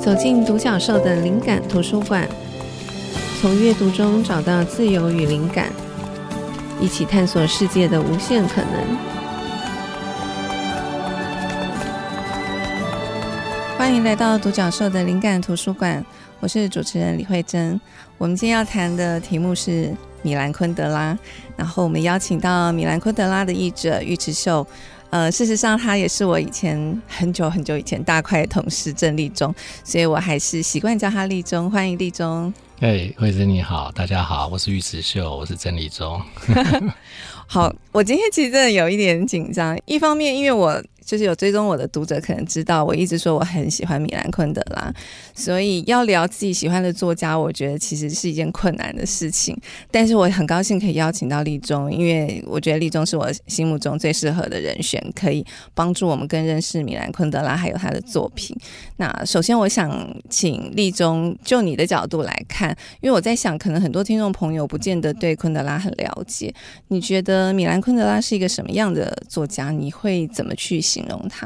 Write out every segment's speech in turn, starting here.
走进独角兽的灵感图书馆，从阅读中找到自由与灵感，一起探索世界的无限可能。欢迎来到独角兽的灵感图书馆，我是主持人李慧珍。我们今天要谈的题目是米兰昆德拉，然后我们邀请到米兰昆德拉的译者尉迟秀。事实上他也是我以前很久很久以前大块的同事郑立中，所以我还是习惯叫他立中。欢迎立中。 慧珍你好，大家好，我是尉迟秀，我是郑立中。 好，我今天其实真的有一点紧张，一方面因为我就是有追踪我的读者可能知道我一直说我很喜欢米兰昆德拉，所以要聊自己喜欢的作家我觉得其实是一件困难的事情，但是我很高兴可以邀请到立中，因为我觉得立中是我心目中最适合的人选，可以帮助我们更认识米兰昆德拉还有他的作品。那首先我想请立中就你的角度来看，因为我在想可能很多听众朋友不见得对昆德拉很了解，你觉得米兰昆德拉是一个什么样的作家？你会怎么去形容他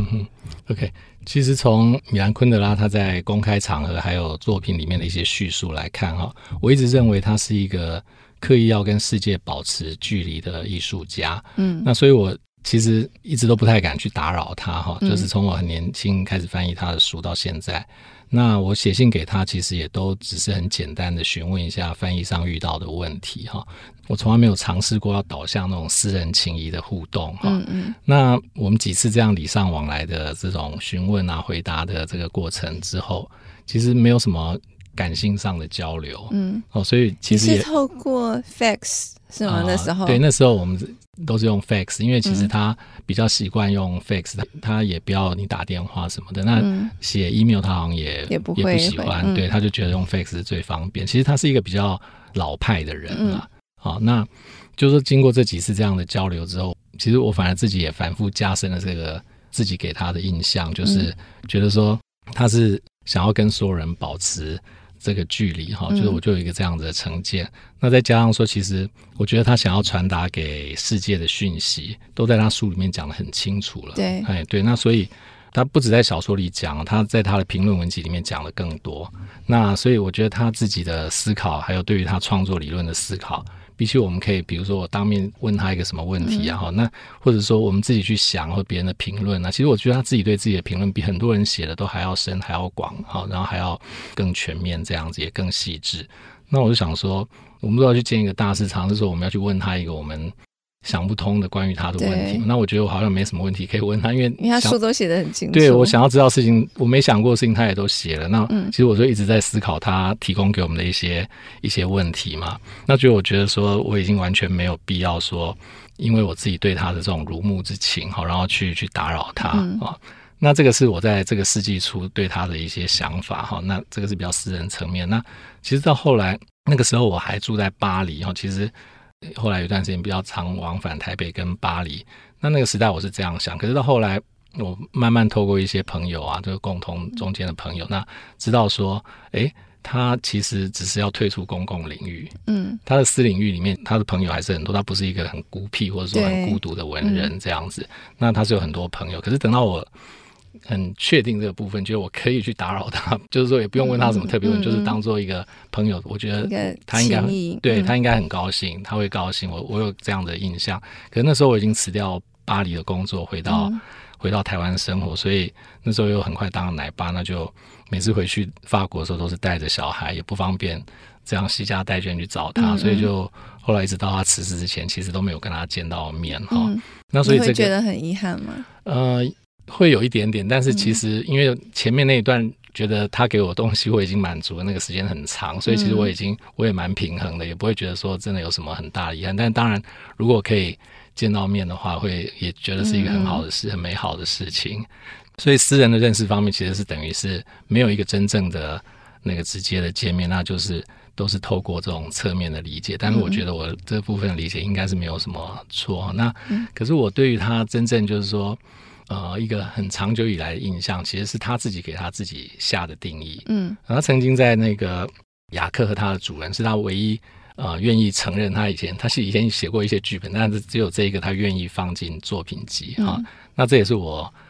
？OK， 其实从米兰昆德拉他在公开场合还有作品里面的一些叙述来看，我一直认为他是一个刻意要跟世界保持距离的艺术家。那所以我其实一直都不太敢去打扰他，就是从我很年轻开始翻译他的书到现在，那我写信给他其实也都只是很简单的询问一下翻译上遇到的问题，我从来没有尝试过要导向那种私人情谊的互动。那我们几次这样礼尚往来的这种询问啊回答的这个过程之后，其实没有什么感性上的交流。所以其实也你是透过 fax 是吗？那时候对，那时候我们都是用 fax， 因为其实他比较习惯用 fax，他也不要你打电话什么的。那写 email 他好像也不喜欢，对，他就觉得用 fax 是最方便。其实他是一个比较老派的人啦。好，那就是说经过这几次这样的交流之后，其实我反而自己也反复加深了这个自己给他的印象，就是觉得说他是想要跟所有人保持这个距离，就是我就有一个这样的成见。那再加上说其实我觉得他想要传达给世界的讯息都在他书里面讲得很清楚了。对，那所以他不只在小说里讲，他在他的评论文集里面讲的更多。那所以我觉得他自己的思考还有对于他创作理论的思考，比起我们可以比如说我当面问他一个什么问题啊，那或者说我们自己去想或别人的评论啊，其实我觉得他自己对自己的评论比很多人写的都还要深还要广，然后还要更全面，这样子也更细致。那我就想说我们都要去建一个大市场，是说我们要去问他一个我们想不通的关于他的问题。那我觉得我好像没什么问题可以问他，因为他书都写得很清楚。 对，我想要知道事情我没想过的事情他也都写了。那其实我就一直在思考他提供给我们的一些问题嘛。那我觉得说我已经完全没有必要说因为我自己对他的这种如沐之情然后去打扰他。那这个是我在这个世纪初对他的一些想法。那这个是比较私人层面。那其实到后来那个时候我还住在巴黎，其实后来有一段时间比较常往返台北跟巴黎。那个时代我是这样想，可是到后来我慢慢透过一些朋友啊，这个共同中间的朋友，那知道说他其实只是要退出公共领域。他的私领域里面他的朋友还是很多，他不是一个很孤僻或者说很孤独的文人这样子。那他是有很多朋友，可是等到我很确定这个部分，觉得我可以去打扰他，就是说也不用问他什么特别问就是当做一个朋友，我觉得他应该对他应该很高兴，他会高兴，我有这样的印象。可是那时候我已经辞掉巴黎的工作，回到台湾生活，所以那时候又很快当了奶爸，那就每次回去法国的时候都是带着小孩，也不方便这样携家带眷去找他，所以就后来一直到他辞世之前，其实都没有跟他见到面。那所以你会觉得很遗憾吗？ 会有一点点，但是其实因为前面那一段觉得他给我的东西我已经满足了，那个时间很长，所以其实我也蛮平衡的，也不会觉得说真的有什么很大的遗憾。但当然如果可以见到面的话，也觉得是一个很好的事，很美好的事情。所以私人的认识方面其实是等于是没有一个真正的那个直接的见面，那就是都是透过这种侧面的理解。但是我觉得我这部分的理解应该是没有什么错。那可是我对于他真正就是说一个很长久以来的印象，其实是他自己给他自己下的定义。他曾经在那个雅克和他的主人是他唯一愿意承认他以前写过一些剧本，但是只有这一个他愿意放进作品集。那这也是我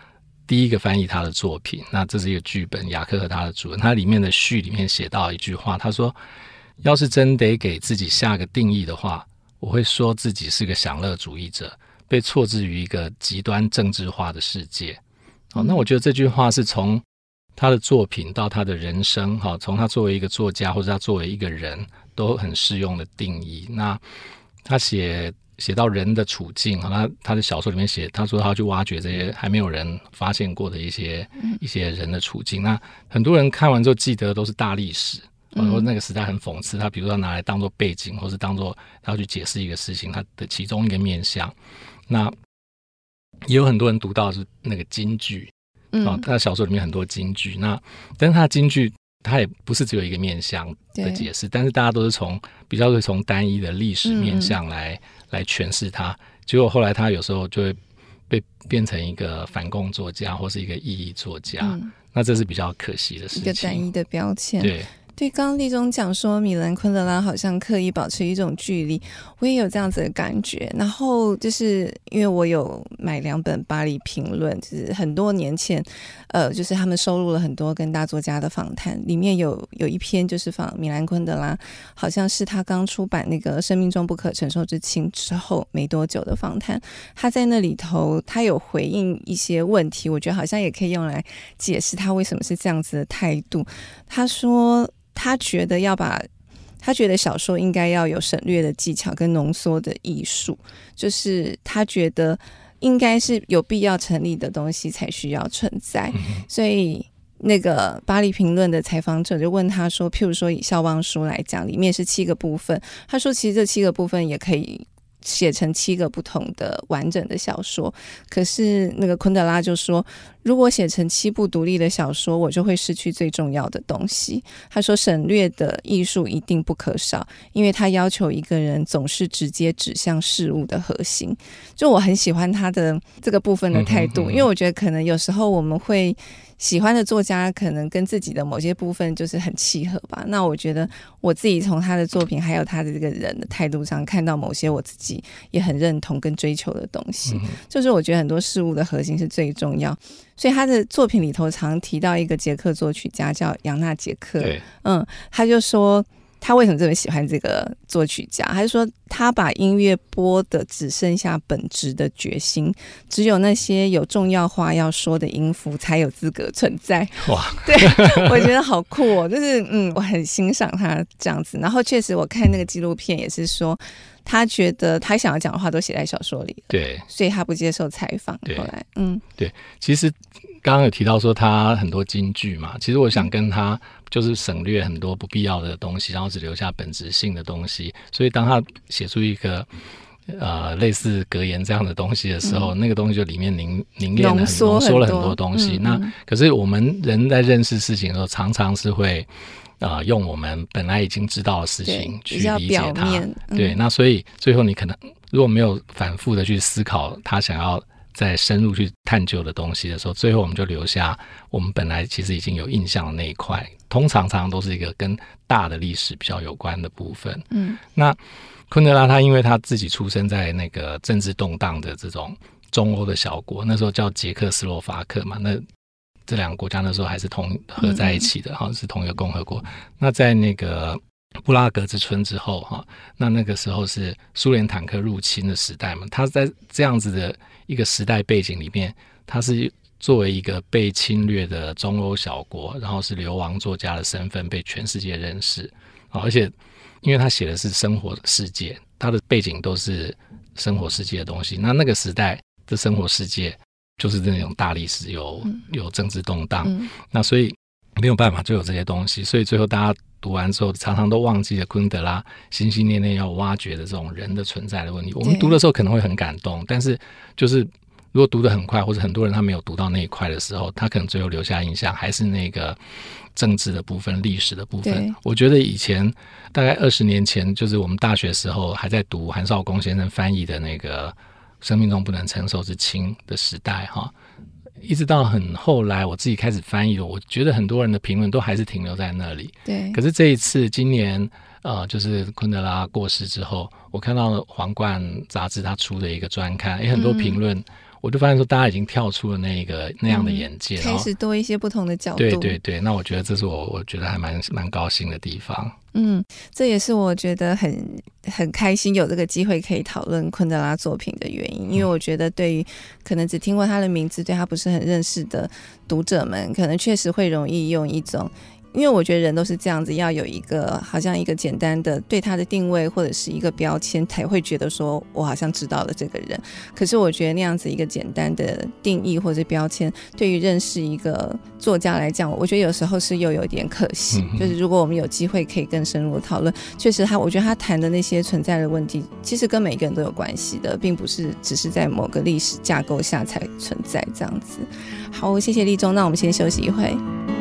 第一个翻译他的作品，那这是一个剧本，雅克和他的主人，他里面的序里面写到一句话，他说要是真得给自己下个定义的话，我会说自己是个享乐主义者，被错置于一个极端政治化的世界。那我觉得这句话是从他的作品到他的人生，从他作为一个作家或者他作为一个人都很适用的定义。那他写到人的处境，他的小说里面写，他说他要去挖掘这些还没有人发现过的一些人的处境。那很多人看完之后记得都是大历史，或那个时代很讽刺，他比如说拿来当做背景，或是当做他要去解释一个事情，他的其中一个面向。那也有很多人读到的是那个金句，他的小说里面很多金句，但是他的金句他也不是只有一个面向的解释，但是大家都是比较会从单一的历史面向来诠释它，结果后来他有时候就会被变成一个反共作家或是一个意义作家，那这是比较可惜的事情， 一个单一的标签。 对， 刚刚立中讲说米兰昆德拉好像刻意保持一种距离，我也有这样子的感觉。然后就是因为我有买2本巴黎评论，就是很多年前就是他们收录了很多跟大作家的访谈，里面有一篇就是访米兰昆德拉，好像是他刚出版那个生命中不可承受之轻之后没多久的访谈。他在那里头他有回应一些问题，我觉得好像也可以用来解释他为什么是这样子的态度。他说他觉得小说应该要有省略的技巧跟浓缩的艺术，就是他觉得应该是有必要成立的东西才需要存在。所以那个巴黎评论的采访者就问他说，譬如说以肖邦书来讲，里面是7个部分，他说其实这7个部分也可以写成7个不同的完整的小说，可是那个昆德拉就说，如果写成7部独立的小说，我就会失去最重要的东西。他说省略的艺术一定不可少，因为他要求一个人总是直接指向事物的核心。就我很喜欢他的这个部分的态度，因为我觉得可能有时候我们会喜欢的作家可能跟自己的某些部分就是很契合吧。那我觉得我自己从他的作品还有他的这个人的态度上看到某些我自己也很认同跟追求的东西，就是我觉得很多事物的核心是最重要。所以他的作品里头常提到一个捷克作曲家叫扬纳捷克，他就说他为什么这么喜欢这个作曲家，他就说他把音乐播的只剩下本质的决心，只有那些有重要话要说的音符才有资格存在。 哇， 对，我觉得好酷哦，就是我很欣赏他这样子。然后确实我看那个纪录片也是说，他觉得他想要讲的话都写在小说里了， 对， 所以他不接受采访。后来对，其实刚刚有提到说他很多金句嘛，其实我想跟他就是省略很多不必要的东西，然后只留下本质性的东西。所以当他写出一个类似格言这样的东西的时候，那个东西就里面凝练了浓缩了很多东西。那可是我们人在认识事情的时候，常常是会用我们本来已经知道的事情去理解它。对，那所以最后你可能如果没有反复的去思考他想要再深入去探究的东西的时候，最后我们就留下我们本来其实已经有印象的那一块，常常都是一个跟大的历史比较有关的部分。那昆德拉他因为他自己出生在那个政治动荡的这种中欧的小国，那时候叫捷克斯洛伐克嘛，那这2个国家那时候还是合在一起的，好像是同一个共和国。那在那个布拉格之春之后，那个时候是苏联坦克入侵的时代嘛，他在这样子的一个时代背景里面，他是作为一个被侵略的中欧小国，然后是流亡作家的身份被全世界认识，而且因为他写的是生活世界，他的背景都是生活世界的东西，那个时代的生活世界就是那种大历史，有政治动荡，那所以没有办法就有这些东西，所以最后大家读完之后常常都忘记了昆德拉心心念念要挖掘的这种人的存在的问题。我们读的时候可能会很感动，但是就是如果读得很快，或者很多人他没有读到那一块的时候，他可能最后留下印象还是那个政治的部分、历史的部分。我觉得以前大概20年前，就是我们大学时候还在读韩少功先生翻译的那个生命中不能承受之轻的时代，一直到很后来我自己开始翻译了，我觉得很多人的评论都还是停留在那里。 对， 可是这一次今年就是昆德拉过世之后，我看到皇冠杂志他出的一个专刊，很多评论我就发现说大家已经跳出了那样的眼界， 开始多一些不同的角度。 对对对，那我觉得这是我觉得还蛮高兴的地方。 这也是我觉得很开心有这个机会可以讨论昆德拉作品的原因，因为我觉得对于可能只听过他的名字对他不是很认识的读者们，可能确实会容易用一种，因为我觉得人都是这样子，要有一个好像一个简单的对他的定位或者是一个标签，才会觉得说我好像知道了这个人。可是我觉得那样子一个简单的定义或者标签，对于认识一个作家来讲，我觉得有时候是又有点可惜。就是如果我们有机会可以更深入的讨论，确实我觉得他谈的那些存在的问题，其实跟每个人都有关系的，并不是只是在某个历史架构下才存在这样子。好，谢谢立中，那我们先休息一会。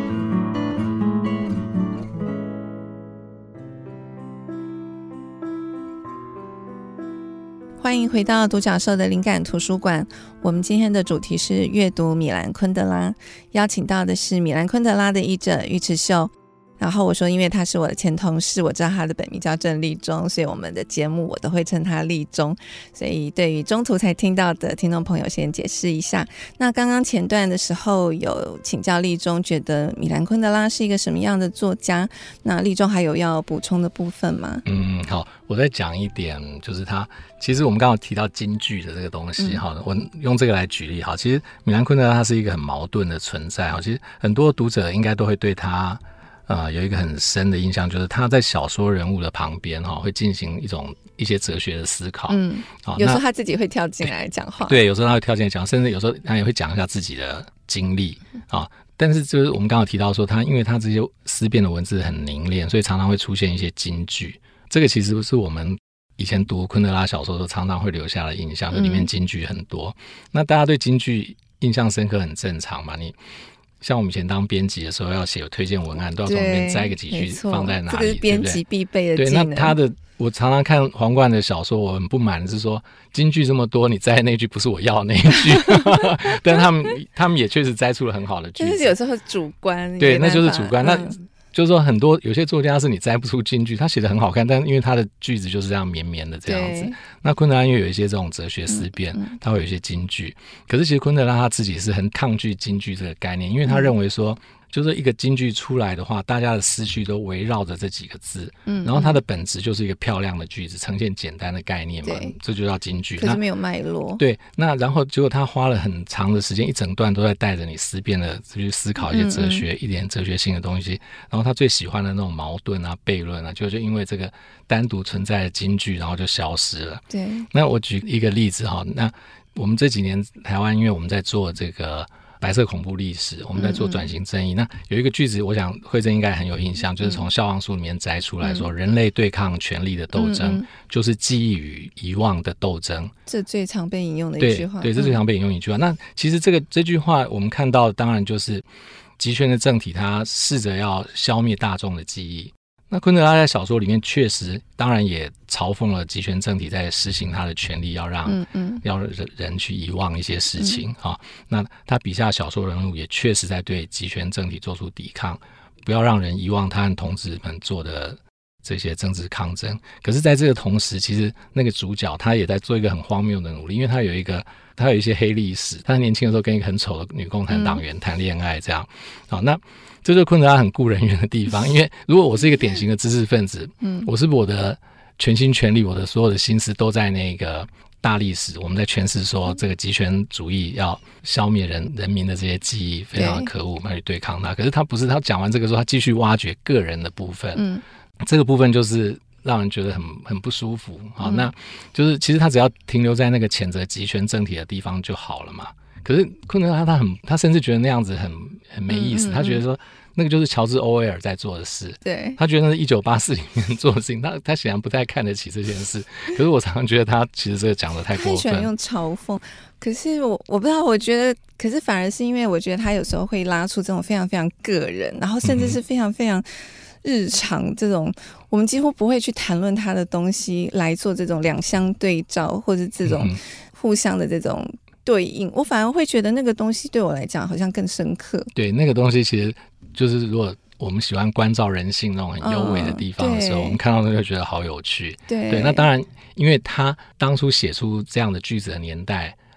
欢迎回到独角兽的灵感图书馆，我们今天的主题是阅读米兰昆德拉，邀请到的是米兰昆德拉的译者尉迟秀。然后我说因为他是我的前同事，我知道他的本名叫郑立中，所以我们的节目我都会称他立中，所以对于中途才听到的听众朋友先解释一下。那刚刚前段的时候有请教立中觉得米兰昆德拉是一个什么样的作家，那立中还有要补充的部分吗？ 好，我再讲一点，就是他其实我们刚刚提到京剧的这个东西，我用这个来举例。好，其实米兰昆德拉他是一个很矛盾的存在，其实很多读者应该都会对他有一个很深的印象，就是他在小说人物的旁边会进行一些哲学的思考。 有时候他自己会跳进来讲话， 对，有时候他会跳进来讲，甚至有时候他也会讲一下自己的经历但是就是我们刚刚提到说，因为他这些思辨的文字很凝练，所以常常会出现一些金句。这个其实是我们以前读昆德拉小说的时候常常会留下的印象，就里面金句很多。那大家对金句印象深刻很正常嘛，你像我们以前当编辑的时候要写推荐文案，都要从里面摘个几句放在哪里， 这个是编辑必备的技能。 对，那我常常看皇冠的小说，我很不满的是说金句这么多，你摘的那句不是我要的那一句但他们也确实摘出了很好的句子， 但是有时候主观， 对，那就是主观。那就是说有些作家是你摘不出金句，他写得很好看，但因为他的句子就是这样绵绵的这样子。那昆德拉因为有一些这种哲学思辨，他会有一些金句。可是其实昆德拉他自己是很抗拒金句这个概念，因为他认为说就是一个金句出来的话，大家的思绪都围绕着这几个字，然后它的本质就是一个漂亮的句子，呈现简单的概念嘛，这就叫金句。 可是没有脉络。 对，那然后结果他花了很长的时间，一整段都在带着你思辨的去思考一些哲学，一点哲学性的东西。然后他最喜欢的那种矛盾啊、悖论啊，就因为这个单独存在的金句，然后就消失了。 对， 那我举一个例子那我们这几年台湾，因为我们在做这个白色恐怖历史，我们在做转型正义，那有一个句子我想惠珍应该很有印象，就是从消亡书里面摘出来说，人类对抗权力的斗争就是记忆与遗忘的斗争。 这最常被引用的一句话。对， 这最常被引用一句话。那其实这句话我们看到当然就是集权的政体它试着要消灭大众的记忆。那昆德拉在小说里面确实当然也嘲讽了集权政体在实行他的权利，要让人去遗忘一些事情那他笔下小说人物也确实在对集权政体做出抵抗，不要让人遗忘他和同志们做的这些政治抗争。可是在这个同时，其实那个主角他也在做一个很荒谬的努力，因为他有一些黑历史，他年轻的时候跟一个很丑的女共产党员谈恋爱这样那这就是昆德拉很顾人怨的地方。因为如果我是一个典型的知识分子，我是不是我的全心全力，我的所有的心思都在那个大历史，我们在诠释说这个极权主义要消灭人民的这些记忆非常的可恶，我们要去对抗它。可是他不是，他讲完这个之后他继续挖掘个人的部分，这个部分就是让人觉得很不舒服那就是其实他只要停留在那个谴责极权政体的地方就好了嘛。可是昆德拉他甚至觉得那样子很没意思，他觉得说那个就是乔治·欧威尔在做的事， 对， 他觉得那是1984里面做的事情，他显然不太看得起这件事。可是我常常觉得他其实这个讲的太过分， 他喜欢用嘲讽。可是我不知道，我觉得可是反而是因为我觉得他有时候会拉出这种非常非常个人，然后甚至是非常非常日常这种我们几乎不会去谈论他的东西来做这种两相对照，或者这种互相的这种对应，我反而会觉得那个东西对我来讲好像更深刻。对， 那个东西其实就是如果我们喜欢关照人性那种很幽微的地方的时候，我们看到那就觉得好有趣。对，那当然因为他当初写出这样的句子的年代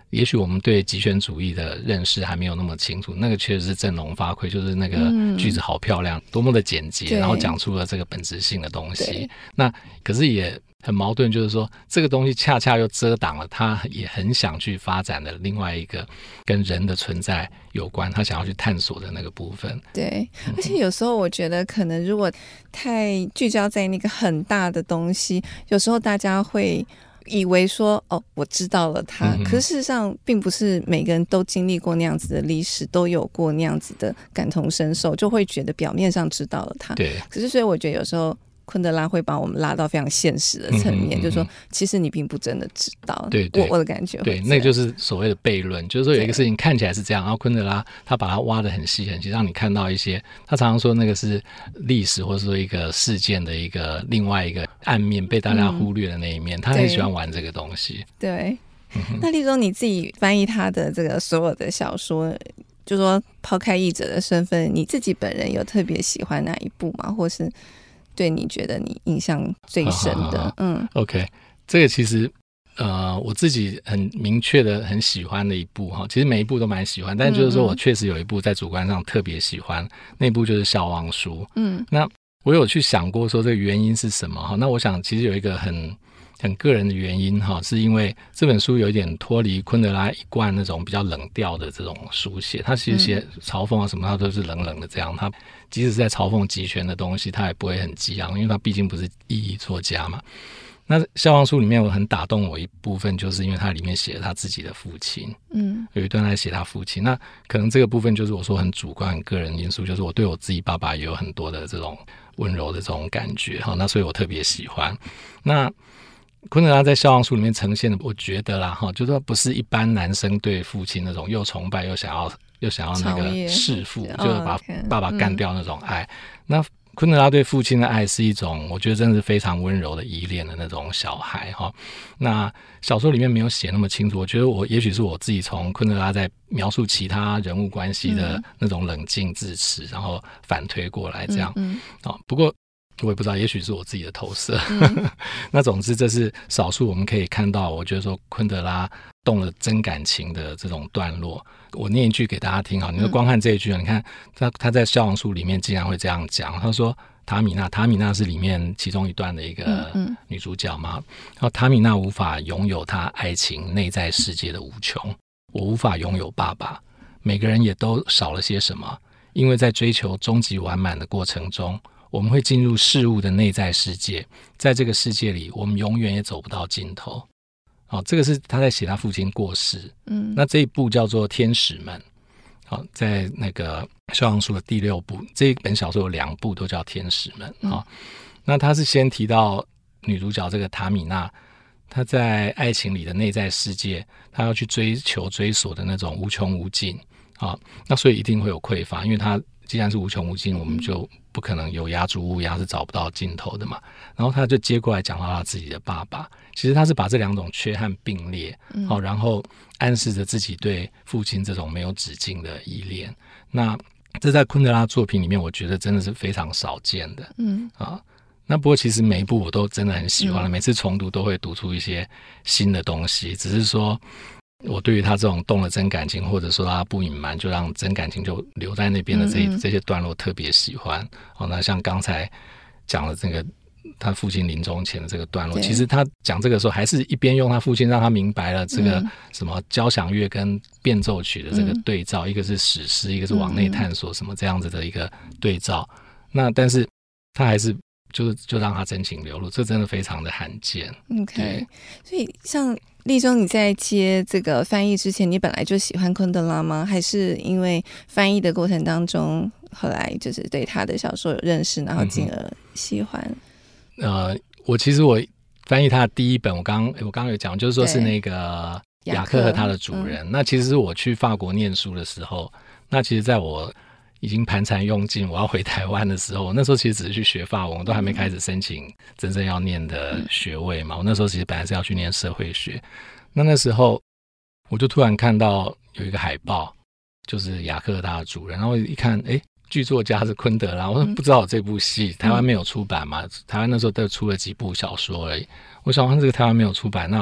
也许我们对极权主义的认识还没有那么清楚，那个确实是振聋发聩，就是那个句子好漂亮，多么的简洁，然后讲出了这个本质性的东西。那可是也很矛盾，就是说这个东西恰恰又遮挡了他也很想去发展的另外一个跟人的存在有关，他想要去探索的那个部分。 对，而且有时候我觉得可能如果太聚焦在那个很大的东西，有时候大家会以为说哦，我知道了它，可是事实上并不是每个人都经历过那样子的历史，都有过那样子的感同身受，就会觉得表面上知道了它。 对， 可是所以我觉得有时候昆德拉会把我们拉到非常现实的层面，就是说其实你并不真的知道。 对， 我的感觉对，那就是所谓的悖论，就是说有一个事情看起来是这样，然后昆德拉他把它挖得很细很细，让你看到一些他常常说那个是历史或者说一个事件的一个另外一个暗面被大家忽略的那一面，他很喜欢玩这个东西。 对，那例如你自己翻译他的这个所有的小说，就说抛开译者的身份，你自己本人有特别喜欢哪一部吗？或是对你觉得你印象最深的 ？OK， 这个其实我自己很明确的很喜欢的一部哈，其实每一部都蛮喜欢，但就是说我确实有一部在主观上特别喜欢，那部就是《笑忘书》。那我有去想过说这个原因是什么哈？那我想其实有一个很个人的原因哈，是因为这本书有一点脱离昆德拉一贯那种比较冷调的这种书写，他其实写嘲讽啊什么他都是冷冷的这样，他即使是在嘲讽极权的东西他也不会很激昂，因为他毕竟不是意义作家嘛。那《笑忘书》里面我很打动我一部分，就是因为它里面写了他自己的父亲，有一段在写他父亲，那可能这个部分就是我说很主观很个人因素，就是我对我自己爸爸也有很多的这种温柔的这种感觉，那所以我特别喜欢。那昆德拉在《笑忘书》里面呈现的，我觉得啦就是说不是一般男生对父亲那种又崇拜又想要那个弑父，就是把爸爸干掉那种爱。那昆德拉对父亲的爱是一种我觉得真的是非常温柔的依恋的那种小孩那小说里面没有写那么清楚，我觉得也许是我自己从昆德拉在描述其他人物关系的那种冷静自持，然后反推过来这样不过我也不知道，也许是我自己的投射那总之这是少数我们可以看到我觉得说昆德拉动了真感情的这种段落。我念一句给大家听好，你就光看这一句你看他在《笑忘书》里面竟然会这样讲，他说塔米娜是里面其中一段的一个女主角嘛，然后塔米娜无法拥有她爱情内在世界的无穷，我无法拥有爸爸，每个人也都少了些什么，因为在追求终极完满的过程中，我们会进入事物的内在世界，在这个世界里我们永远也走不到尽头。这个是他在写他父亲过世那这一部叫做《天使们》在那个《笑忘书》的第6部，这一本小说有2部都叫《天使们》那他是先提到女主角这个塔米娜，她在爱情里的内在世界，她要去追求追索的那种无穷无尽那所以一定会有匮乏，因为她既然是无穷无尽，我们就不可能有鸦竹乌鸦是找不到尽头的嘛。然后他就接过来讲到他自己的爸爸，其实他是把这2种缺憾并列然后暗示着自己对父亲这种没有止境的依恋。那这在昆德拉作品里面我觉得真的是非常少见的那不过其实每一部我都真的很喜欢每次重读都会读出一些新的东西，只是说我对于他这种动了真感情，或者说他不隐瞒就让真感情就留在那边的这些段落特别喜欢那像刚才讲了这个他父亲临终前的这个段落，其实他讲这个时候还是一边用他父亲让他明白了这个什么交响乐跟变奏曲的这个对照一个是史诗一个是往内探索什么这样子的一个对照，那但是他还是就让他真情流露，这真的非常的罕见。 OK， 所以像立中你在接这个翻译之前你本来就喜欢昆德拉吗？还是因为翻译的过程当中后来就是对他的小说有认识然后进而喜欢？ 其实我翻译他的第一本我刚刚有讲，就是说是那个雅克和他的主人那其实是我去法国念书的时候，那其实在我已经盘缠用尽我要回台湾的时候，那时候其实只是去学法文，我都还没开始申请真正要念的学位嘛，我那时候其实本来是要去念社会学，那时候我就突然看到有一个海报就是雅克和他的主人，然后一看剧作家是昆德拉，我说不知道有这部戏台湾没有出版嘛，台湾那时候都出了几部小说而已，我想这个台湾没有出版，那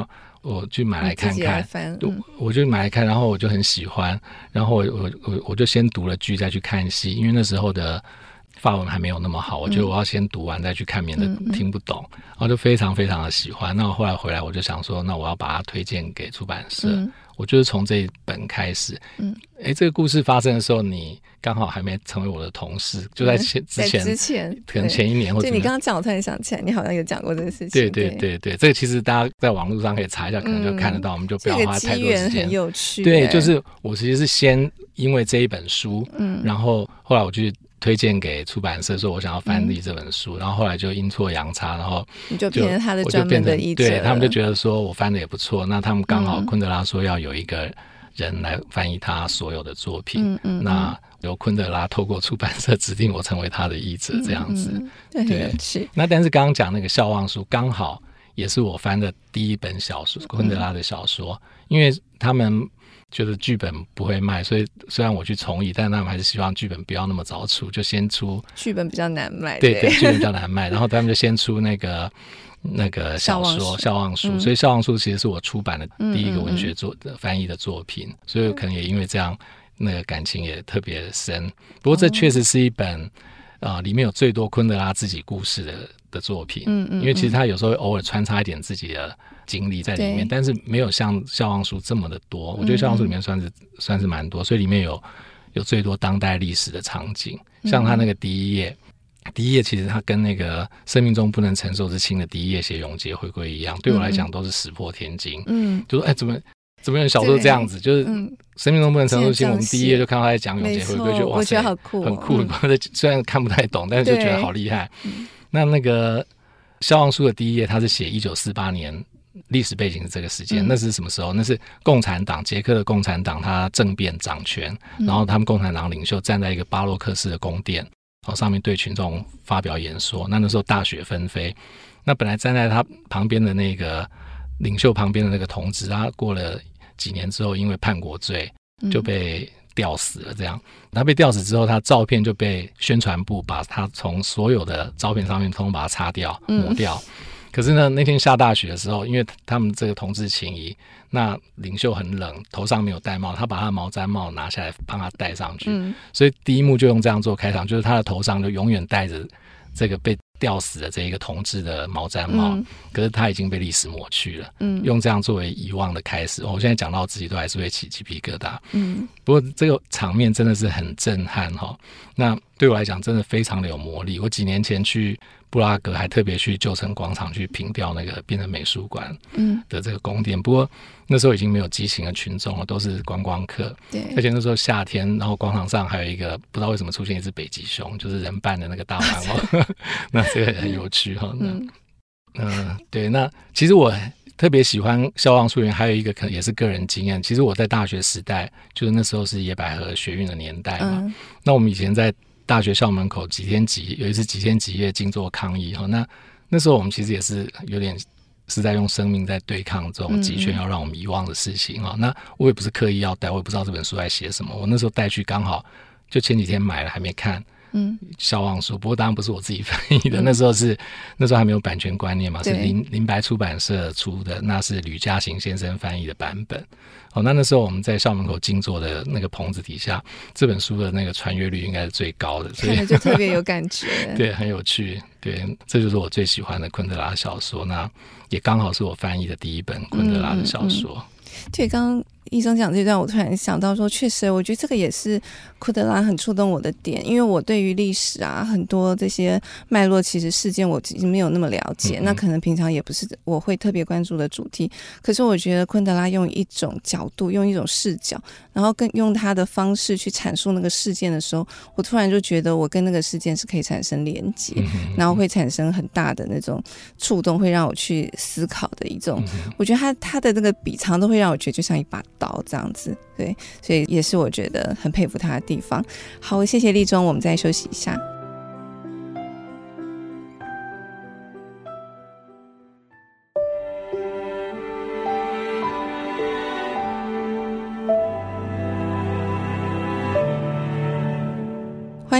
我去买来看看，我就买来看，然后我就很喜欢，然后我就先读了剧再去看戏，因为那时候的法文还没有那么好，我觉得我要先读完再去看，免得听不懂，然后就非常非常的喜欢。那我后来回来我就想说，那我要把它推荐给出版社，我就是从这一本开始。这个故事发生的时候，你刚好还没成为我的同事，就在之前可能前一年或者就你刚刚讲，我突然想起来，你好像有讲过这个事情。 对，这个其实大家在网络上可以查一下，可能就看得到，我们就不要花太多时间。 这个机缘很有趣。 对，就是我其实是先因为这一本书，然后后来我去推荐给出版社说我想要翻译这本书，然后后来就阴错阳差，然后你就变成他的专门的译者， 对，他们就觉得说我翻的也不错，那他们刚好昆德拉说要有一个人来翻译他所有的作品，那由昆德拉透过出版社指定我成为他的译者，这样子， 对，很有趣。 那但是刚刚讲那个笑忘书刚好也是我翻的第一本小说，昆德拉的小说，因为他们觉得剧本不会卖，所以虽然我去重译，但他们还是希望剧本不要那么早出，就先出剧本比较难卖， 对，剧本比较难卖，然后他们就先出那个小说《笑忘书》，所以《笑忘书》其实是我出版的第一个文学翻译的作品，所以可能也因为这样，那个感情也特别深。不过这确实是一本里面有最多昆德拉自己故事的作品，因为其实他有时候会偶尔穿插一点自己的经历在里面，但是没有像《笑忘书》这么的多。我觉得《笑忘书》里面算是蛮多，所以里面有最多当代历史的场景，像他那个第一页其实他跟那个生命中不能承受之轻的第一页写永劫回归一样，对我来讲都是石破天惊。就说怎么有小说这样子，就是生命中不能承受之轻，我们第一页就看到他在讲永劫回归，就哇塞， 我觉得好酷， 很酷。虽然看不太懂，但是就觉得好厉害。那个消亡书的第一页，他是写1948年。历史背景是这个时间，那是什么时候？那是共产党，捷克的共产党他政变掌权，然后他们共产党领袖站在一个巴洛克式的宫殿，上面对群众发表演说。那时候大雪纷飞，那本来站在他旁边的那个领袖旁边的那个同志，他过了几年之后因为叛国罪就被吊死了。这样他被吊死之后，他照片就被宣传部把他从所有的照片上面通通把它擦掉抹掉。可是呢，那天下大雪的时候，因为他们这个同志情谊，那领袖很冷，头上没有戴帽，他把他的毛毡帽拿下来帮他戴上去，所以第一幕就用这样做开场，就是他的头上就永远戴着这个被吊死的这一个同志的毛毡帽，可是他已经被历史抹去了，用这样作为遗忘的开始。我现在讲到自己都还是会起鸡皮疙瘩。不过这个场面真的是很震撼哈。那对我来讲真的非常的有魔力。我几年前去布拉格还特别去旧城广场去凭吊那个变成美术馆的这个宫殿，不过那时候已经没有激情的群众了，都是观光客。对，而且那时候夏天，然后广场上还有一个不知道为什么出现一只北极熊，就是人扮的那个大玩偶那这个很有趣哈。对，那其实我特别喜欢笑忘书园，还有一个可能也是个人经验。其实我在大学时代，就是那时候是野百合学运的年代嘛，那我们以前在大学校门口有一次几天几夜静坐抗议，那时候我们其实也是有点是在用生命在对抗这种集权要让我们遗忘的事情。那我也不是刻意要带，我也不知道这本书在写什么，我那时候带去刚好就前几天买了还没看笑忘书，不过当然不是我自己翻译的，那时候还没有版权观念嘛，是林白出版社出的，那是吕嘉行先生翻译的版本。那时候我们在校门口静坐的那个棚子底下，这本书的那个传阅率应该是最高的，所以看着就特别有感觉对，很有趣。对，这就是我最喜欢的昆德拉小说，那也刚好是我翻译的第一本昆德拉的小说。 对，刚刚医生讲这段，我突然想到说，确实我觉得这个也是昆德拉很触动我的点，因为我对于历史啊很多这些脉络其实事件我其实没有那么了解，那可能平常也不是我会特别关注的主题，可是我觉得昆德拉用一种角度，用一种视角，然后用他的方式去阐述那个事件的时候，我突然就觉得我跟那个事件是可以产生连接，然后会产生很大的那种触动，会让我去思考的一种，我觉得他的那个笔长都会让我觉得就像一把刀这样子。对，所以也是我觉得很佩服他的地方。好，谢谢立中，我们再休息一下。欢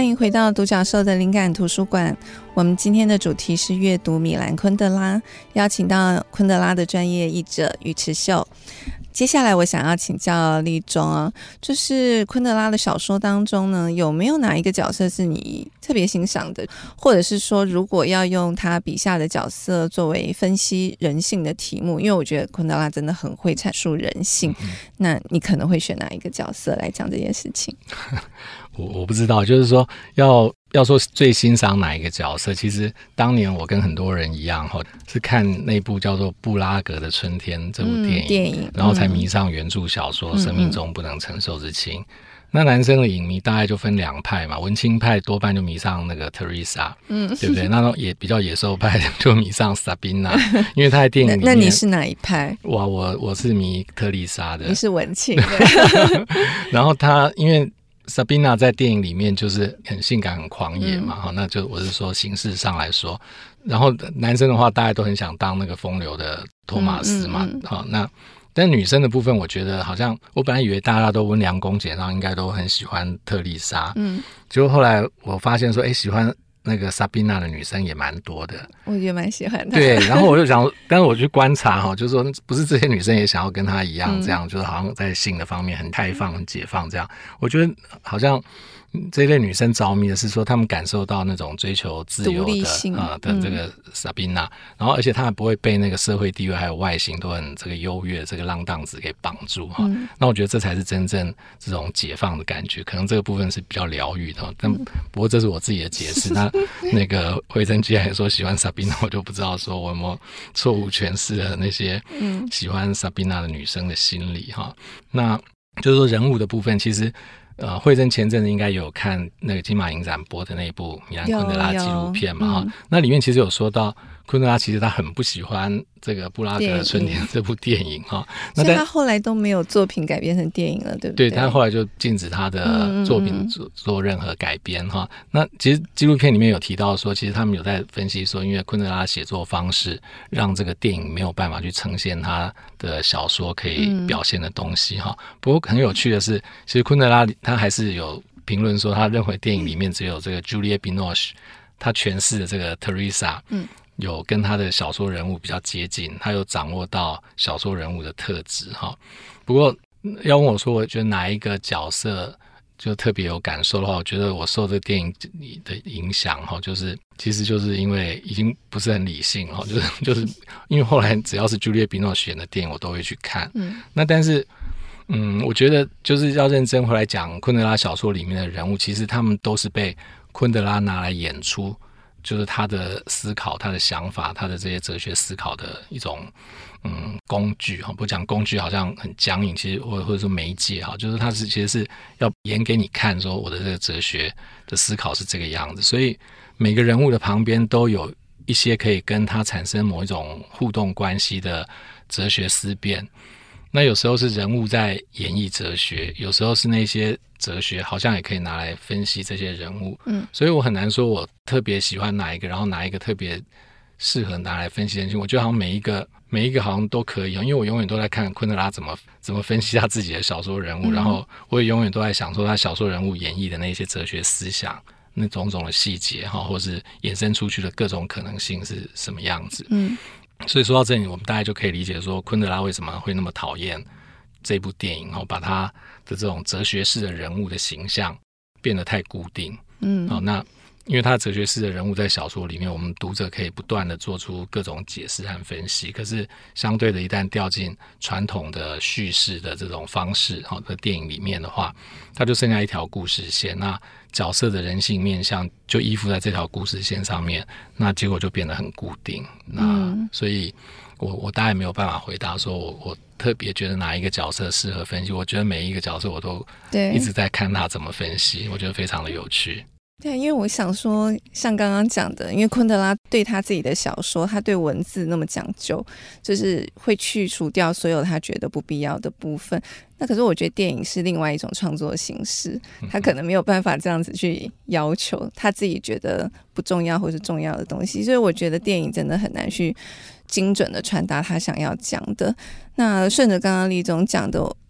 欢迎回到独角兽的灵感图书馆。我们今天的主题是阅读米兰昆德拉，邀请到昆德拉的专业译者尉迟秀。接下来我想要请教立中啊，就是昆德拉的小说当中呢，有没有哪一个角色是你特别欣赏的，或者是说如果要用他笔下的角色作为分析人性的题目，因为我觉得昆德拉真的很会阐述人性，那你可能会选哪一个角色来讲这件事情？ 我不知道，就是说要说最欣赏哪一个角色，其实当年我跟很多人一样是看那部叫做《布拉格的春天》这部电影，然后才迷上原著小说《生命中不能承受之轻》。那男生的影迷大概就分两派嘛，文青派多半就迷上那个 Teresa， 对不对？那种也比较野兽派就迷上 Sabina， 因为他在电影里面。 那你是哪一派？ 哇，我是迷特丽莎的。 你是文青的。 然后他因为Sabina 在电影里面就是很性感很狂野嘛，那就我是说形式上来说，然后男生的话大家都很想当那个风流的托马斯嘛，那但女生的部分我觉得好像我本来以为大家都温良恭俭让，应该都很喜欢特丽莎，结果后来我发现说喜欢那个 Sabina 的女生也蛮多的， 我也蛮喜欢她。 对，然后我就想，但是我去观察就是说不是这些女生也想要跟她一样这样，就是好像在性的方面很开放很解放这样。我觉得好像这一类女生着迷的是说她们感受到那种追求自由的这个 Sabina，然后而且她还不会被那个社会地位还有外形都很这个优越这个浪荡子给绑住那我觉得这才是真正这种解放的感觉，可能这个部分是比较疗愈的，但不过这是我自己的解释。那个惠珍既然说喜欢 Sabina， 我就不知道说我有没有错误诠释了那些喜欢 Sabina 的女生的心理那就是说人物的部分，其实惠珍前阵子应该有看那个金马影展播的那一部米兰昆德拉纪录片嘛那里面其实有说到昆德拉其实他很不喜欢这个《布拉格的春天》这部电影所以他后来都没有作品改编成电影了，对不对？ 对，他后来就禁止他的作品做任何改编那其实纪录片里面有提到说，其实他们有在分析说，因为昆德拉写作方式让这个电影没有办法去呈现他的小说可以表现的东西不过很有趣的是，其实昆德拉他还是有评论说，他认为电影里面只有这个 Juliette Binoche 他诠释的这个 Teresa有跟他的小说人物比较接近，他有掌握到小说人物的特质不过要问我说我觉得哪一个角色就特别有感受的话，我觉得我受这个电影的影响其实就是因为已经不是很理性就是因为后来只要是 Juliette Binoche 演的电影我都会去看那但是我觉得就是要认真回来讲昆德拉小说里面的人物，其实他们都是被昆德拉拿来演出就是他的思考他的想法他的这些哲学思考的一种工具不讲工具好像很僵硬，其实或者说媒介就是他其实是要演给你看说我的这个哲学的思考是这个样子，所以每个人物的旁边都有一些可以跟他产生某一种互动关系的哲学思辨，那有时候是人物在演绎哲学，有时候是那些哲学好像也可以拿来分析这些人物所以我很难说我特别喜欢哪一个，然后哪一个特别适合拿来分析人性，我觉得好像每一个好像都可以因为我永远都在看昆德拉怎么分析他自己的小说人物然后我也永远都在想说他小说人物演绎的那些哲学思想那种种的细节或是衍生出去的各种可能性是什么样子所以说到这里我们大概就可以理解说昆德拉为什么会那么讨厌这部电影把他的这种哲学式的人物的形象变得太固定那因为他哲学式的人物在小说里面我们读者可以不断的做出各种解释和分析，可是相对的一旦掉进传统的叙事的这种方式的电影里面的话，它就剩下一条故事线，那角色的人性面向就依附在这条故事线上面，那结果就变得很固定那所以我大概没有办法回答说我特别觉得哪一个角色适合分析，我觉得每一个角色我都一直在看他怎么分析，我觉得非常的有趣。 对，因为我想说像刚刚讲的，因为昆德拉对他自己的小说他对文字那么讲究，就是会去除掉所有他觉得不必要的部分，那可是我觉得电影是另外一种创作形式，他可能没有办法这样子去要求他自己觉得不重要或是重要的东西，所以我觉得电影真的很难去精准的传达他想要讲的。那顺着刚刚立中讲的，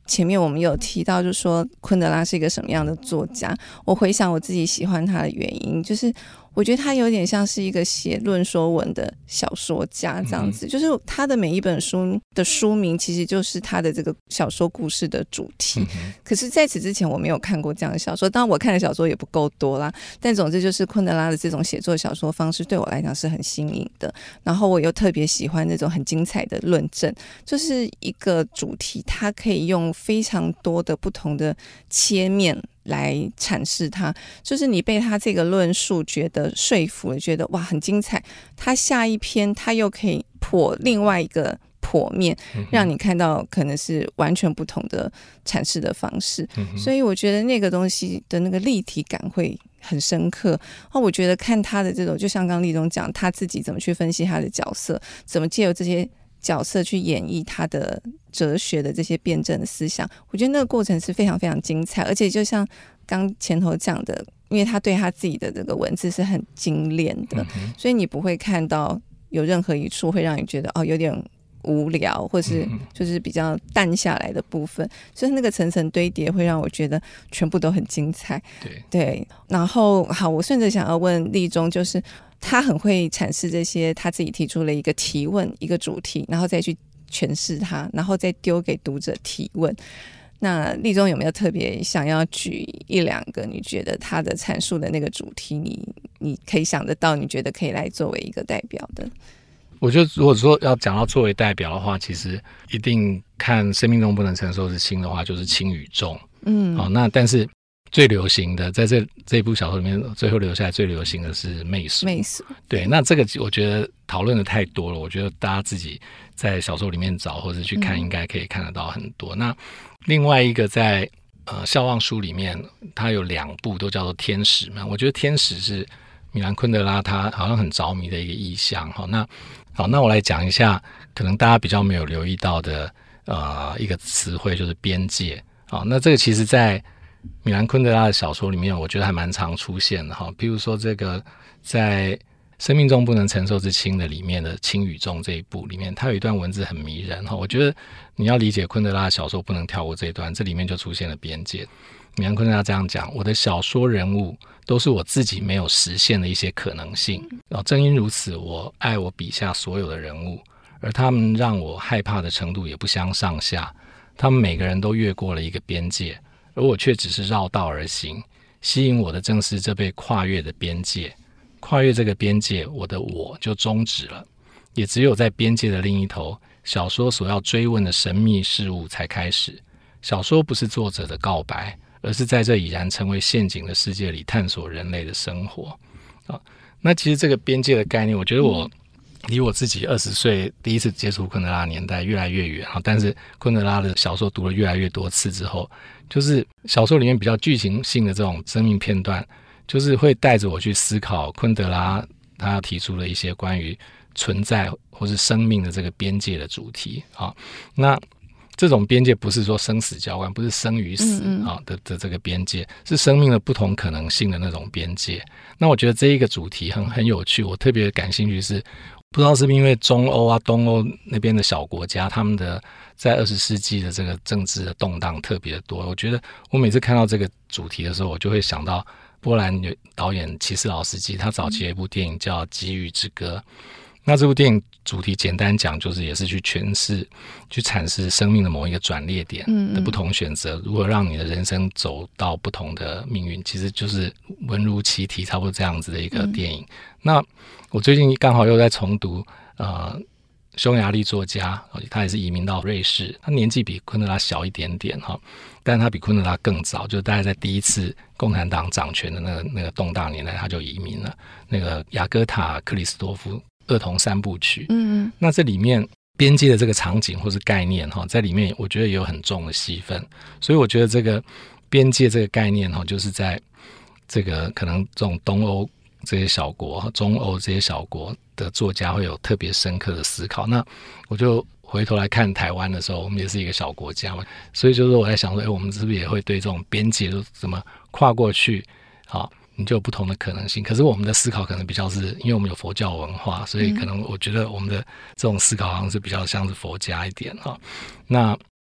前面我们有提到，就是说昆德拉是一个什么样的作家。我回想我自己喜欢他的原因，就是我觉得他有点像是一个写论说文的小说家这样子，就是他的每一本书的书名其实就是他的这个小说故事的主题。可是在此之前我没有看过这样的小说，当然我看的小说也不够多啦，但总之就是昆德拉的这种写作小说方式对我来讲是很新颖的。然后我又特别喜欢那种很精彩的论证，就是一个主题它可以用非常多的不同的切面来阐释它，就是你被他这个论述觉得说服了，觉得哇很精彩，他下一篇他又可以破另外一个剖面，让你看到可能是完全不同的阐释的方式。所以我觉得那个东西的那个立体感会很深刻。我觉得看他的这种，就像刚刚立中讲他自己怎么去分析他的角色，怎么借由这些角色去演绎他的哲学的这些辩证的思想，我觉得那个过程是非常非常精彩。而且就像刚前头讲的，因为他对他自己的这个文字是很精炼的，所以你不会看到有任何一处会让你觉得有点无聊，或是就是比较淡下来的部分，就是那个层层堆叠会让我觉得全部都很精彩。对，然后好，我顺着想要问立中，就是他很会阐释这些，他自己提出了一个提问，一个主题，然后再去诠释它，然后再丢给读者提问。那立中有没有特别想要举一两个你觉得他的阐述的那个主题，你可以想得到，你觉得可以来作为一个代表的？ 我觉得如果说要讲到作为代表的话，其实一定看生命中不能承受之轻的话，就是轻与重。那但是最流行的在这部小说里面，最后留下来最流行的是媚俗。对，那这个我觉得讨论的太多了，我觉得大家自己在小说里面找或者去看，应该可以看得到很多。那另外一个在笑忘书里面，它有2部都叫做天使们。我觉得天使是米兰昆德拉他好像很着迷的一个意象。那我来讲一下可能大家比较没有留意到的一个词汇，就是边界。那这个其实在米兰昆德拉的小说里面我觉得还蛮常出现的。比如说这个在生命中不能承受之轻的里面的轻与重这一部里面，它有一段文字很迷人。我觉得你要理解昆德拉的小说不能跳过这一段，这里面就出现了边界。米兰昆德拉这样讲：我的小说人物都是我自己没有实现的一些可能性，正因如此，我爱我笔下所有的人物，而他们让我害怕的程度也不相上下。他们每个人都越过了一个边界，而我却只是绕道而行。吸引我的正是这被跨越的边界，跨越这个边界，我的我就终止了。也只有在边界的另一头，小说所要追问的神秘事物才开始。小说不是作者的告白，而是在这已然成为陷阱的世界里探索人类的生活。那其实这个边界的概念，我觉得我离我自己20岁第一次接触昆德拉的年代越来越远。但是昆德拉的小说读了越来越多次之后，就是小说里面比较剧情性的这种生命片段，就是会带着我去思考昆德拉他提出了一些关于存在或是生命的这个边界的主题。那这种边界不是说生死交关，不是生与死的这个边界，是生命的不同可能性的那种边界。那我觉得这一个主题很有趣，我特别感兴趣是不知道是不是因为中欧东欧那边的小国家，他们的在20世纪的这个政治的动荡特别多。我觉得我每次看到这个主题的时候，我就会想到波兰导演齐斯劳斯基，他早期有一部电影叫《机遇之歌》。那这部电影主题简单讲，就是也是去诠释、去阐释生命的某一个转捩点的不同选择，如何让你的人生走到不同的命运，其实就是文如其题，差不多这样子的一个电影。那我最近刚好又在重读匈牙利作家，他也是移民到瑞士，他年纪比昆德拉小一点点，但他比昆德拉更早，就大概在第一次共产党掌权的那个动荡年代他就移民了。那个雅各塔克里斯多夫儿童3部曲。那这里面边界的这个场景或是概念在里面我觉得也有很重的戏份。所以我觉得这个边界这个概念就是在这个可能这种东欧这些小国、中欧这些小国的作家会有特别深刻的思考。那我就回头来看台湾的时候，我们也是一个小国家嘛，所以就是我在想说我们是不是也会对这种边界怎么跨过去，你就有不同的可能性。可是我们的思考可能比较是因为我们有佛教文化，所以可能我觉得我们的这种思考好像是比较像是佛家一点。那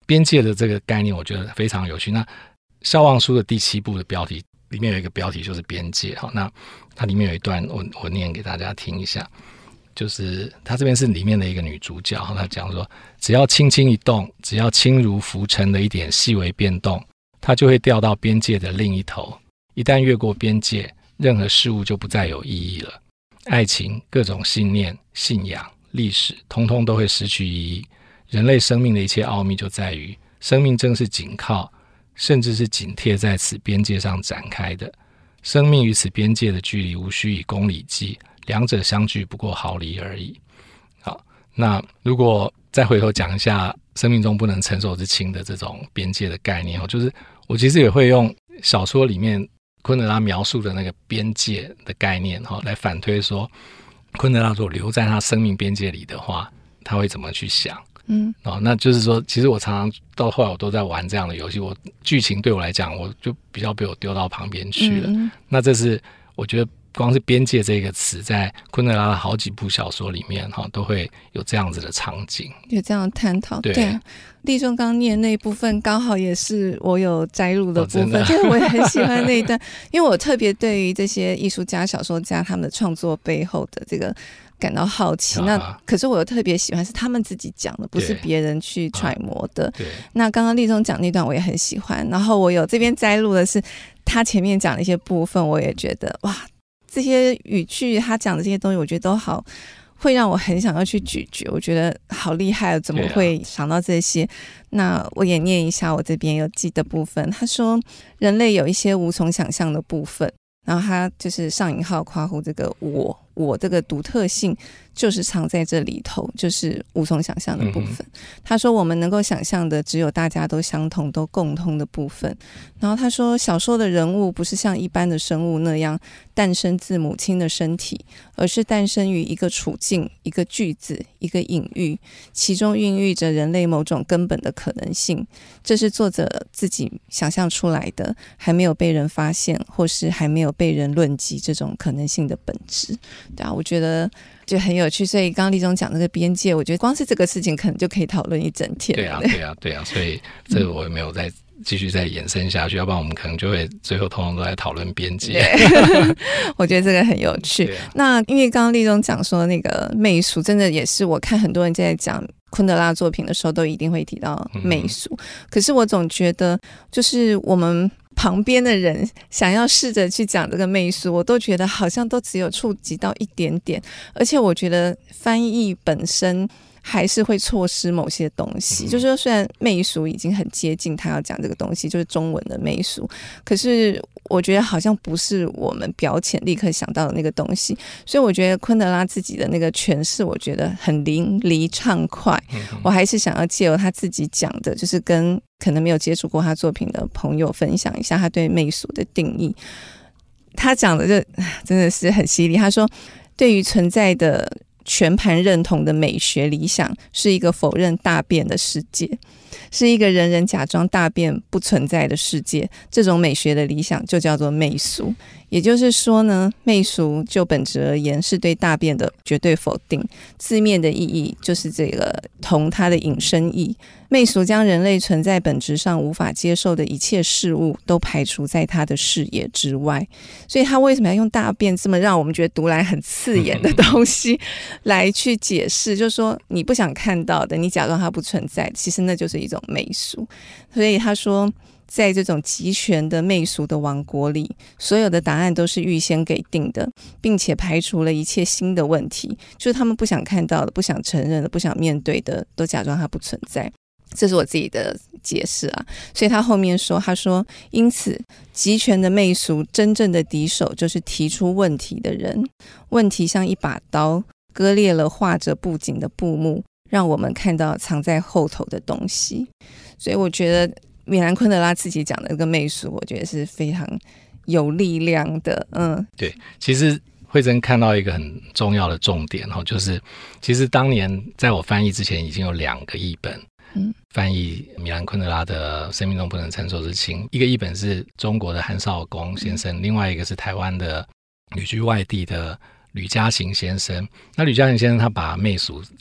边界的这个概念我觉得非常有趣。那萧望书的第7部的标题里面有一个标题就是边界，那它里面有一段我念给大家听一下，就是它这边是里面的一个女主角，她讲说，只要轻轻一动，只要轻如浮尘的一点细微变动，它就会掉到边界的另一头。一旦越过边界，任何事物就不再有意义了。爱情、各种信念、信仰、历史，通通都会失去意义。人类生命的一切奥秘就在于，生命正是紧靠，甚至是紧贴在此边界上展开的。生命与此边界的距离无需以公里计，两者相距不过毫厘而已。好，那如果再回头讲一下生命中不能承受之轻的这种边界的概念，就是我其实也会用小说里面昆德拉描述的那个边界的概念来反推说，昆德拉如果留在他生命边界里的话，他会怎么去想。那就是说其实我常常到后来我都在玩这样的游戏，我剧情对我来讲我就比较被我丢到旁边去了。那这是我觉得光是边界这个词在昆德拉的好几部小说里面都会有这样子的场景， 有这样的探讨。 对啊，立中刚念那一部分刚好也是我有摘录的部分，就是我也很喜欢那一段因为我特别对于这些艺术家小说家他们的创作背后的这个感到好奇。那可是我又特别喜欢是他们自己讲的，不是别人去揣摩的。 对， 那刚刚立中讲那段我也很喜欢，然后我有这边摘录的是他前面讲的一些部分，我也觉得哇，这些语句他讲的这些东西我觉得都好会让我很想要去咀嚼，我觉得好厉害，怎么会想到这些。那我也念一下我这边有记的部分。他说人类有一些无从想象的部分，然后他就是上引号括弧这个我这个独特性就是藏在这里头，就是无从想象的部分。他说我们能够想象的只有大家都相同都共通的部分。然后他说小说的人物不是像一般的生物那样诞生自母亲的身体，而是诞生于一个处境、一个句子、一个隐喻，其中孕育着人类某种根本的可能性。这是作者自己想象出来的，还没有被人发现，或是还没有被人论及这种可能性的本质。对啊，我觉得就很有趣。所以刚刚立中讲那个边界，我觉得光是这个事情可能就可以讨论一整天。 对啊，所以这个我也没有再继续再延伸下去，要不然我们可能就会最后通通都在讨论边界。 我觉得这个很有趣。那因为刚刚立中讲说那个媚俗，真的也是我看很多人在讲昆德拉作品的时候都一定会提到媚俗。可是我总觉得就是我们旁边的人想要试着去讲这个媚俗，我都觉得好像都只有触及到一点点，而且我觉得翻译本身还是会错失某些东西。就是说虽然媚俗已经很接近他要讲这个东西，就是中文的媚俗，可是我觉得好像不是我们表浅立刻想到的那个东西。所以我觉得昆德拉自己的那个诠释我觉得很淋漓畅快。我还是想要借由他自己讲的，就是跟可能没有接触过他作品的朋友分享一下他对媚俗的定义。他讲的就真的是很犀利。他说对于存在的全盘认同的美学理想是一个否认大变的世界，是一个人人假装大变不存在的世界。这种美学的理想就叫做媚俗。也就是说呢，媚俗就本质而言是对大变的绝对否定，字面的意义就是这个同它的引申义。媚俗将人类存在本质上无法接受的一切事物都排除在它的视野之外。所以他为什么要用大变这么让我们觉得读来很刺眼的东西来去解释，就是说你不想看到的，你假装它不存在，其实那就是一种媚俗。所以他说在这种集权的媚俗的王国里，所有的答案都是预先给定的，并且排除了一切新的问题，就是他们不想看到的、不想承认的、不想面对的，都假装它不存在。这是我自己的解释啊。所以他后面说，他说因此集权的媚俗真正的敌手就是提出问题的人，问题像一把刀割裂了画着布景的布幕，让我们看到藏在后头的东西。所以我觉得米兰昆德拉自己讲的这个媚俗，我觉得是非常有力量的。 对，其实慧珍看到一个很重要的重点，就是其实当年在我翻译之前已经有2个译本翻译米兰昆德拉的生命中不能承受之轻。一个译本是中国的韩少功先生，另外一个是台湾的旅居外地的吕嘉行先生。那吕嘉行先生他把媚俗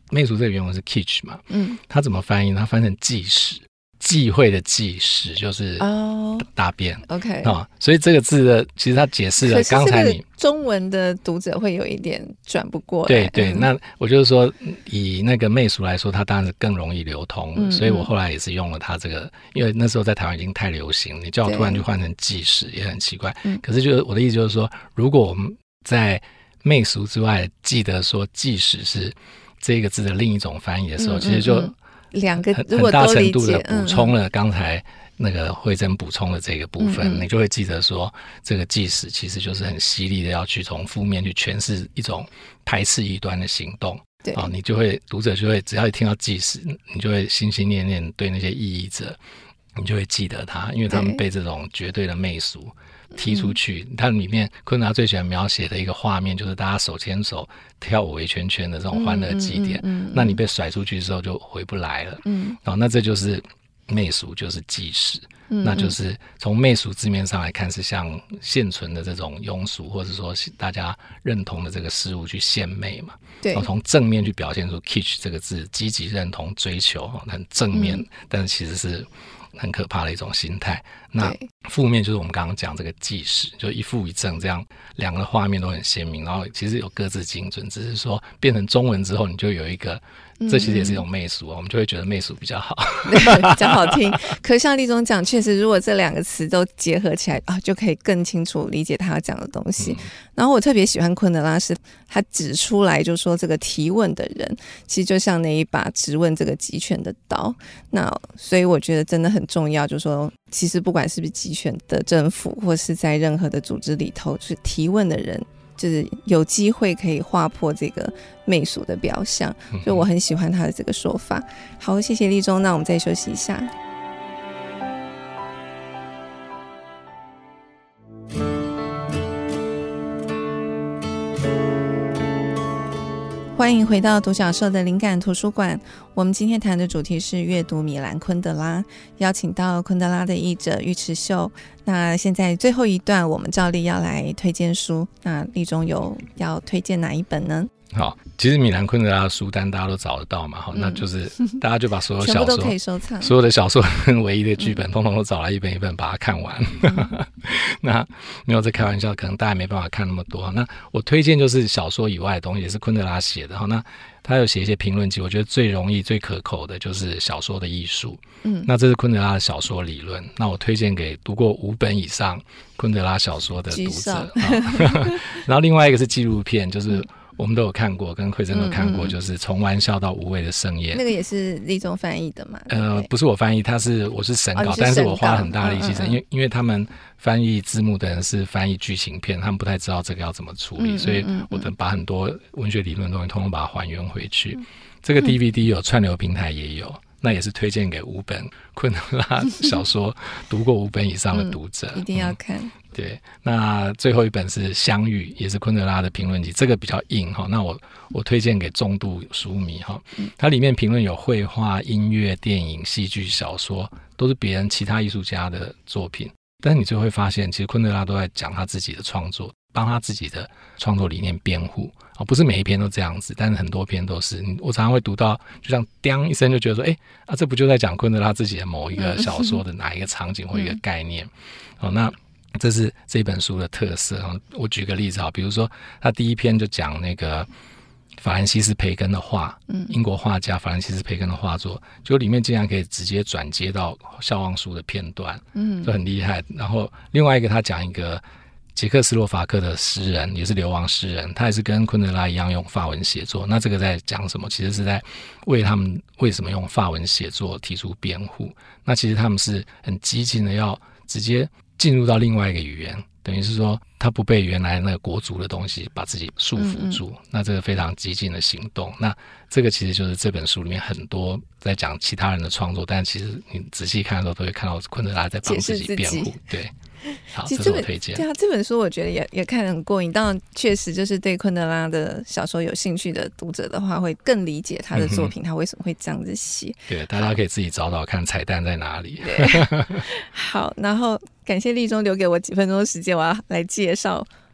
媚俗这个原文是 kitsch 嘛，它怎么翻译？它翻成忌屎，忌讳的忌，屎就是大便。 OK， 所以这个字的其实它解释了刚才你中文的读者会有一点转不过来。 对，那我就是说，以那个媚俗来说，它当然是更容易流通，所以我后来也是用了它这个，因为那时候在台湾已经太流行，你叫我突然就换成忌屎也很奇怪。可是就是我的意思就是说，如果我们在媚俗之外记得说忌屎是这个字的另一种翻译的时候，其实就两个如果很大都理解程度的补充了刚才那个慧珍补充的这个部分，你就会记得说这个忌屎其实就是很犀利的要去从负面去诠释一种排斥异端的行动。对，你就会读者就会只要一听到忌屎，你就会心心念念对那些异议者，你就会记得他，因为他们被这种绝对的媚俗踢出去。它里面昆德拉最喜欢描写的一个画面就是大家手牵手跳舞围圈圈的这种欢乐祭典，那你被甩出去的时候就回不来了。那这就是媚俗，就是忌屎。那就是从媚俗字面上来看是像现存的这种庸俗或者说大家认同的这个事物去献媚嘛。对，从正面去表现出 kitsch 这个字，积极认同追求，很正面，但是其实是很可怕的一种心态。那负面就是我们刚刚讲这个忌屎，就一负一正，这样两个画面都很鲜明，然后其实有各自精准，只是说变成中文之后你就有一个，这其实也是一种媚俗，我们就会觉得媚俗比较好， 比较好听。可像立中讲，确实如果这两个词都结合起来就可以更清楚理解他要讲的东西。然后我特别喜欢昆德拉是他指出来就说这个提问的人其实就像那一把质问这个集权的刀。那所以我觉得真的很重要，就是说其实不管是不是集权的政府或是在任何的组织里头，就是提问的人就是有机会可以划破这个媚俗的表象，所以我很喜欢他的这个说法。好，谢谢立中，那我们再休息一下。欢迎回到独角兽的灵感图书馆，我们今天谈的主题是阅读米兰昆德拉，邀请到昆德拉的译者尉迟秀。那现在最后一段我们照例要来推荐书，那立中有要推荐哪一本呢？ 好，其实米兰昆德拉的书单大家都找得到嘛，那就是大家就把所有小说全部都可以收藏， 所有的小说跟唯一的剧本通通都找来一本一本把它看完。那没有在开玩笑，可能大家没办法看那么多。那我推荐就是小说以外的东西，也是昆德拉写的。那他有写一些评论集，我觉得最容易最可口的就是小说的艺术。那这是昆德拉的小说理论，那我推荐给读过5本以上昆德拉小说的读者。然后另外一个是纪录片，就是我们都有看过，跟慧珍都看过，就是从玩笑到无畏的盛宴， 那个也是立中翻译的嘛？ 不是我翻译，我是审稿，但是我花了很大的力气因为他们翻译字幕的人是翻译剧情片，他们不太知道这个要怎么处理，所以我把很多文学理论的东西通通把它还原回去。这个 DVD 有串流平台也有，那也是推荐给5本昆德拉小说读过5本以上的读者， 一定要看。 对，那最后一本是《相遇》，也是昆德拉的评论集，这个比较硬哈。那我推荐给重度书迷哈。它里面评论有绘画、音乐、电影、戏剧、小说，都是别人其他艺术家的作品。但是你就会发现，其实昆德拉都在讲他自己的创作，帮他自己的创作理念辩护。不是每一篇都这样子，但是很多篇都是。我常常会读到，就像叮一声就觉得说，这不就在讲昆德拉自己的某一个小说的哪一个场景或一个概念？那这是这本书的特色。我举个例子，比如说他第一篇就讲那个法兰西斯培根的画，英国画家法兰西斯培根的画作，就里面竟然可以直接转接到笑忘书的片段，就很厉害。然后另外一个他讲一个捷克斯洛伐克的诗人，也是流亡诗人，他也是跟昆德拉一样用法文写作。那这个在讲什么？其实是在为他们为什么用法文写作提出辩护。那其实他们是很激进的要直接进入到另外一个语言，等于是说他不被原来那个国族的东西把自己束缚住，那这个非常激进的行动。那这个其实就是这本书里面很多在讲其他人的创作，但其实你仔细看的时候都会看到昆德拉在帮自己辩护。对，好，这是我推荐。 对啊，这本书我觉得也看得很过瘾。当然，确实就是对昆德拉的小说有兴趣的读者的话，会更理解他的作品，他为什么会这样子写。 对，大家可以自己找找看彩蛋在哪里。 好，然后感谢立中留给我几分钟的时间，我要来介绍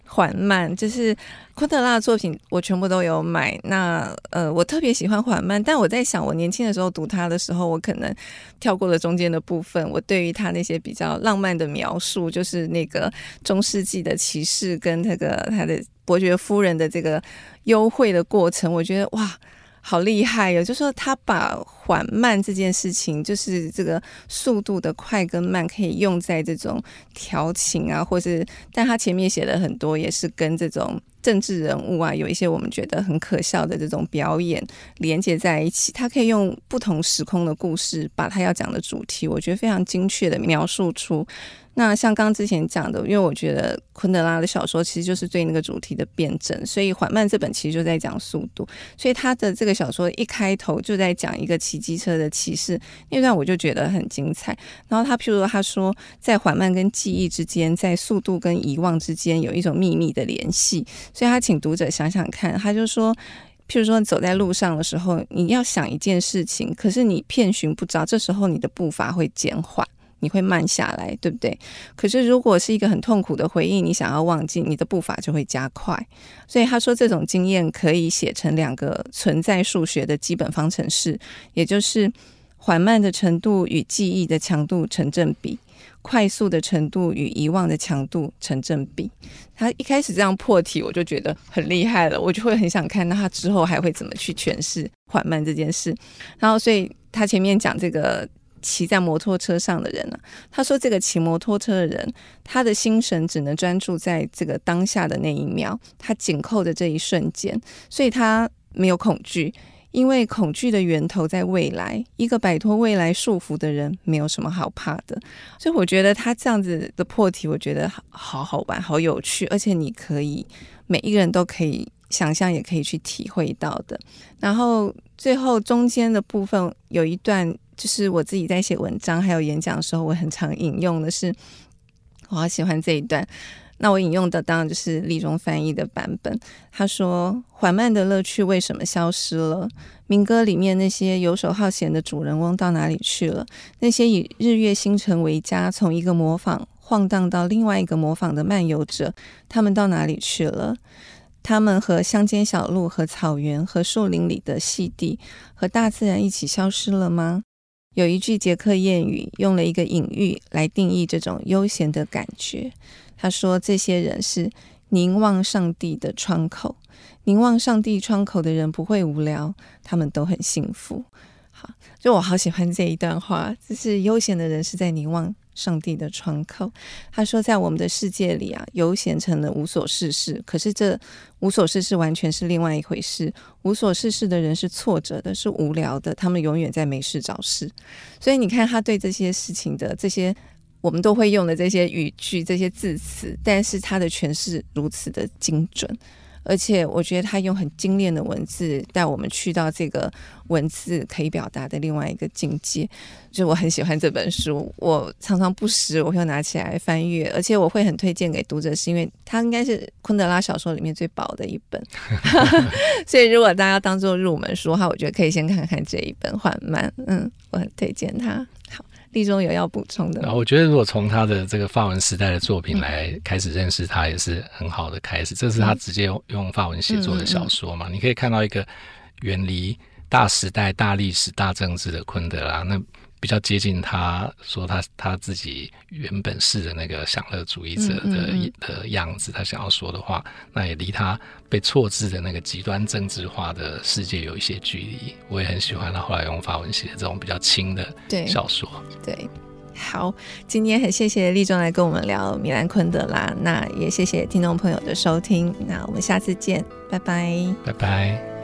缓慢，就是昆德拉的作品我全部都有买。那我特别喜欢缓慢，但我在想我年轻的时候读他的时候，我可能跳过了中间的部分。我对于他那些比较浪漫的描述，就是那个中世纪的骑士跟那个他的伯爵夫人的这个幽会的过程，我觉得哇好厉害哦！就是说他把缓慢这件事情，就是这个速度的快跟慢，可以用在这种调情啊，或是，但他前面写的很多也是跟这种政治人物啊，有一些我们觉得很可笑的这种表演连接在一起。他可以用不同时空的故事，把他要讲的主题，我觉得非常精确的描述出。那像刚之前讲的，因为我觉得昆德拉的小说其实就是对那个主题的辩证，所以缓慢这本其实就在讲速度，所以他的这个小说一开头就在讲一个骑机车的骑士，那段我就觉得很精彩。然后他譬如说他说在缓慢跟记忆之间，在速度跟遗忘之间有一种秘密的联系，所以他请读者想想看，他就说譬如说走在路上的时候，你要想一件事情，可是你遍寻不着，这时候你的步伐会减缓，你会慢下来，对不对？可是如果是一个很痛苦的回忆，你想要忘记，你的步伐就会加快。所以他说这种经验可以写成2个存在数学的基本方程式，也就是缓慢的程度与记忆的强度成正比，快速的程度与遗忘的强度成正比。他一开始这样破题，我就觉得很厉害了，我就会很想看那他之后还会怎么去诠释缓慢这件事。然后所以他前面讲这个骑在摩托车上的人啊，他说这个骑摩托车的人，他的心神只能专注在这个当下的那一秒，他紧扣的这一瞬间，所以他没有恐惧，因为恐惧的源头在未来，一个摆脱未来束缚的人没有什么好怕的。所以我觉得他这样子的破题，我觉得好好玩，好有趣，而且你可以每一个人都可以想象，也可以去体会到的。然后最后中间的部分有一段，就是我自己在写文章还有演讲的时候，我很常引用的是，我好喜欢这一段。那我引用的当然就是立中翻译的版本。他说，缓慢的乐趣为什么消失了？民歌里面那些游手好闲的主人翁到哪里去了？那些以日月星辰为家，从一个模仿晃荡到另外一个模仿的漫游者，他们到哪里去了？他们和乡间小路，和草原，和树林里的细地，和大自然一起消失了吗？有一句捷克谚语用了一个隐喻来定义这种悠闲的感觉。他说，这些人是凝望上帝的窗口，凝望上帝窗口的人不会无聊，他们都很幸福。好，就我好喜欢这一段话，就是悠闲的人是在凝望上帝的窗口。他说在我们的世界里啊，悠闲成了无所事事，可是这无所事事完全是另外一回事。无所事事的人是挫折的，是无聊的，他们永远在没事找事。所以你看他对这些事情的这些我们都会用的这些语句，这些字词，但是他的诠释如此的精准，而且我觉得他用很精炼的文字带我们去到这个文字可以表达的另外一个境界。就我很喜欢这本书，我常常不时我会拿起来翻阅，而且我会很推荐给读者，是因为它应该是昆德拉小说里面最薄的一本所以如果大家要当做入门书的话，我觉得可以先看看这一本缓慢，我很推荐它。好，立中有要补充的吗？ 我觉得如果从他的这个法文时代的作品来开始认识他，也是很好的开始。这是他直接用法文写作的小说嘛，你可以看到一个远离大时代、大历史、大政治的昆德拉，那比较接近他说他自己原本是的那个享乐主义者的样子，他想要说的话，那也离他被错字的那个极端政治化的世界有一些距离。我也很喜欢他后来用法文写的这种比较轻的小说。 对，好，今天很谢谢立中来跟我们聊米兰昆德拉，那也谢谢听众朋友的收听，那我们下次见，拜拜， 拜拜。